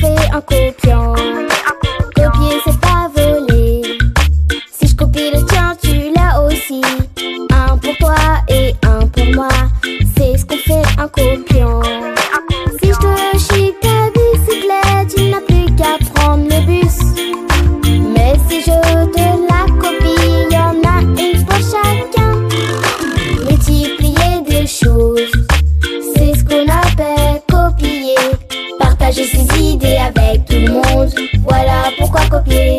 fait en copiant. Copier c'est pas voler. Si je copie le tien, tu l'as aussi. Un pour toi et un pour moi, c'est ce qu'on fait en copiant. Si je te chie ta bicyclette, tu n'as plus qu'à prendre le bus. Mais si je te la copie, y en a une pour chacun. Multiplier des choses, c'est ce qu'on appelle copier. Partager ses idées avec tout le monde, voilà pourquoi copier.